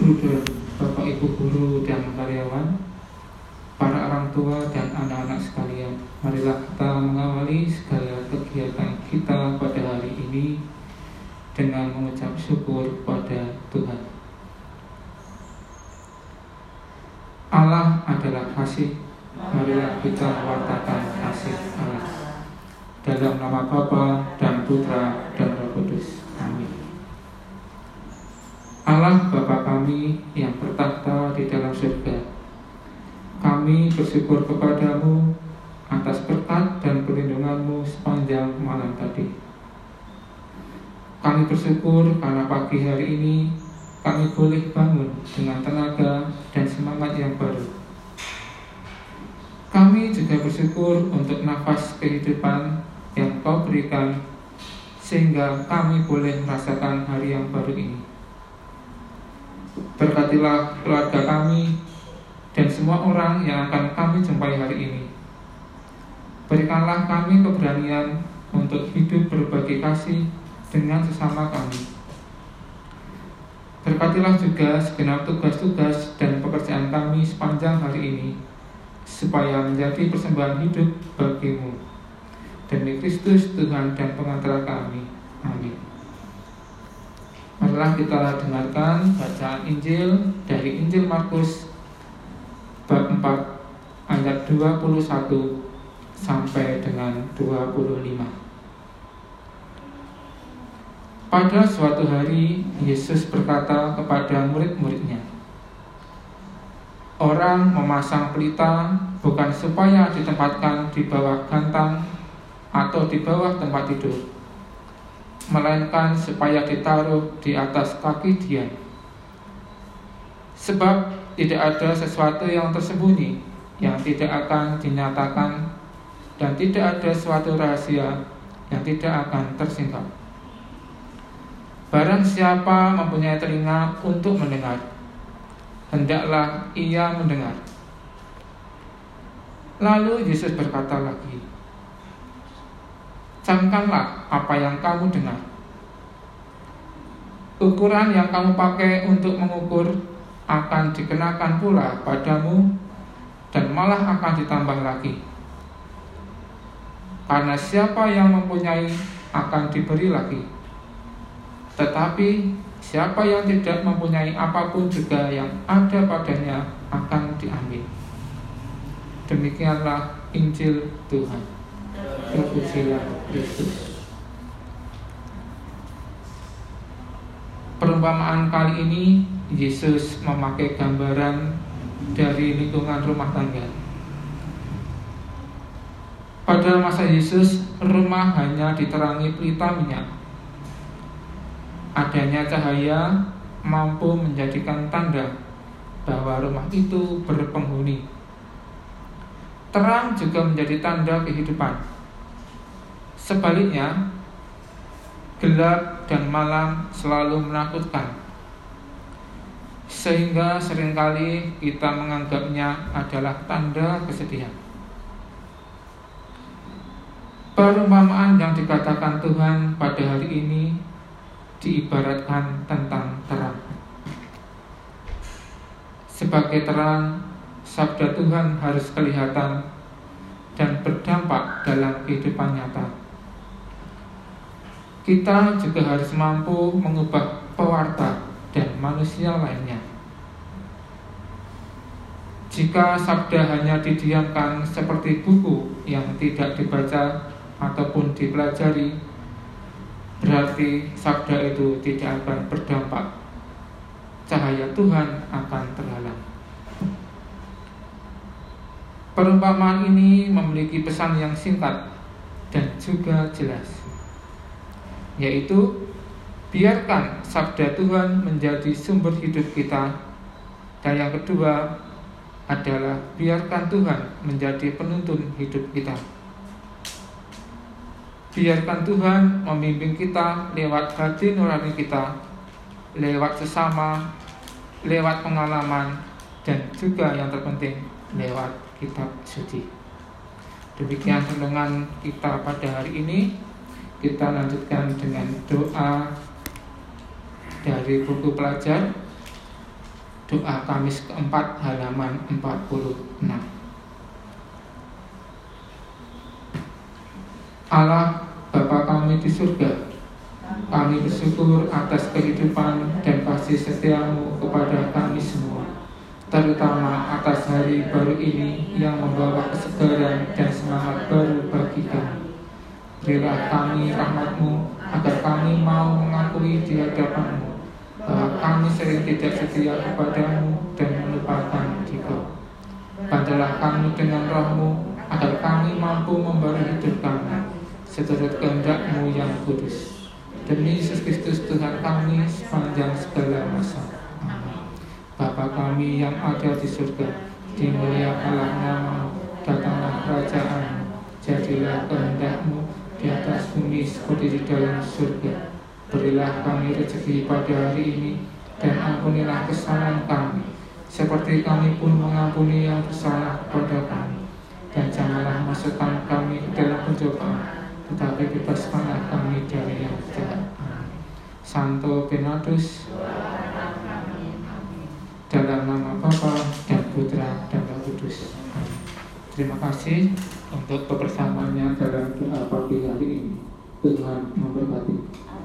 guru dan Bapak Ibu guru dan karyawan, para orang tua dan anak-anak sekalian, marilah kita mengawali segala kegiatan kita pada hari ini dengan mengucap syukur kepada Tuhan. Allah adalah kasih, marilah kita mewartakan kasih Allah. Dalam nama Bapa dan Putra dan Roh Kudus. Amin. Allah Bapa kami yang bertakhta di dalam surga, kami bersyukur kepadamu atas berkat dan perlindunganmu sepanjang malam tadi. Kami bersyukur karena pagi hari ini kami boleh bangun dengan tenaga dan semangat yang baru. Kami juga bersyukur untuk nafas kehidupan yang Kau berikan, sehingga kami boleh merasakan hari yang baru ini. Berkatilah keluarga kami dan semua orang yang akan kami jumpai hari ini. Berikanlah kami keberanian untuk hidup berbagi kasih dengan sesama kami. Berkatilah juga segenap tugas-tugas dan pekerjaan kami sepanjang hari ini, supaya menjadi persembahan hidup bagimu. Demi Kristus Tuhan dan pengantara kami. Amin. Marilah kita dengarkan bacaan Injil dari Injil Markus bab 4 ayat 21 sampai dengan 25. Pada suatu hari, Yesus berkata kepada murid-muridnya, "Orang memasang pelita bukan supaya ditempatkan di bawah gantang atau di bawah tempat tidur, melainkan supaya ditaruh di atas kaki dia. Sebab tidak ada sesuatu yang tersembunyi yang tidak akan dinyatakan, dan tidak ada suatu rahasia yang tidak akan tersingkap. Barang siapa mempunyai telinga untuk mendengar, hendaklah ia mendengar." Lalu Yesus berkata lagi, "Camkanlah apa yang kamu dengar. Ukuran yang kamu pakai untuk mengukur akan dikenakan pula padamu, dan malah akan ditambah lagi. Karena siapa yang mempunyai akan diberi lagi, tetapi siapa yang tidak mempunyai apapun juga yang ada padanya akan diambil." Demikianlah Injil Tuhan. Terpujilah Kristus. Perumpamaan kali ini Yesus memakai gambaran dari lingkungan rumah tangga. Pada masa Yesus, rumah hanya diterangi pelita minyak. Adanya cahaya mampu menjadikan tanda bahwa rumah itu berpenghuni. Terang juga menjadi tanda kehidupan. Sebaliknya, gelap dan malam selalu menakutkan, sehingga seringkali kita menganggapnya adalah tanda kesedihan. Perumpamaan yang dikatakan Tuhan pada hari ini diibaratkan tentang terang. Sebagai terang, sabda Tuhan harus kelihatan dan berdampak dalam kehidupan nyata. Kita juga harus mampu mengubah pewarta dan manusia lainnya. Jika sabda hanya didiamkan seperti buku yang tidak dibaca ataupun dipelajari, berarti sabda itu tidak akan berdampak. Cahaya Tuhan akan terhalang. Perumpamaan ini memiliki pesan yang singkat dan juga jelas, yaitu biarkan sabda Tuhan menjadi sumber hidup kita. Dan yang kedua adalah biarkan Tuhan menjadi penuntun hidup kita. Biarkan Tuhan membimbing kita lewat hati nurani kita, lewat sesama, lewat pengalaman, dan juga yang terpenting lewat kitab suci. Demikian renungan kita pada hari ini. Kita lanjutkan dengan doa dari buku pelajar. Doa Kamis keempat halaman 46. Allah Bapa kami di surga, kami bersyukur atas kehidupan dan kasih setiamu kepada kami semua, terutama atas hari baru ini yang membawa kesegaran dan semangat baru bagi kami. Berilah kami rahmat-Mu agar kami mau mengakui di hadapan-Mu bahwa kami sering tidak setia kepadamu dan melupakan Dikau. Bantulah kami dengan Roh-Mu agar kami mampu membaru hidup kami seturut kehendak-Mu yang kudus. Demi Yesus Kristus Tuhan kami sepanjang segala masa. Amin. Bapa kami yang ada di surga, dimuliakanlah nama-Mu, datanglah kerajaan-Mu, jadilah kehendak-Mu di atas bumi seperti di dalam surga. Berilah kami rezeki pada hari ini, dan ampunilah kesalahan kami, seperti kami pun mengampuni yang bersalah kepada kami. Dan janganlah masukkan kami ke dalam pencobaan, tetapi bebaskanlah kami dari yang jahat. Santo Benatus, dalam nama Bapa dan Putra dan Roh Kudus. Terima kasih untuk kebersamaannya dalam doa pagi hari ini. Tuhan memberkati.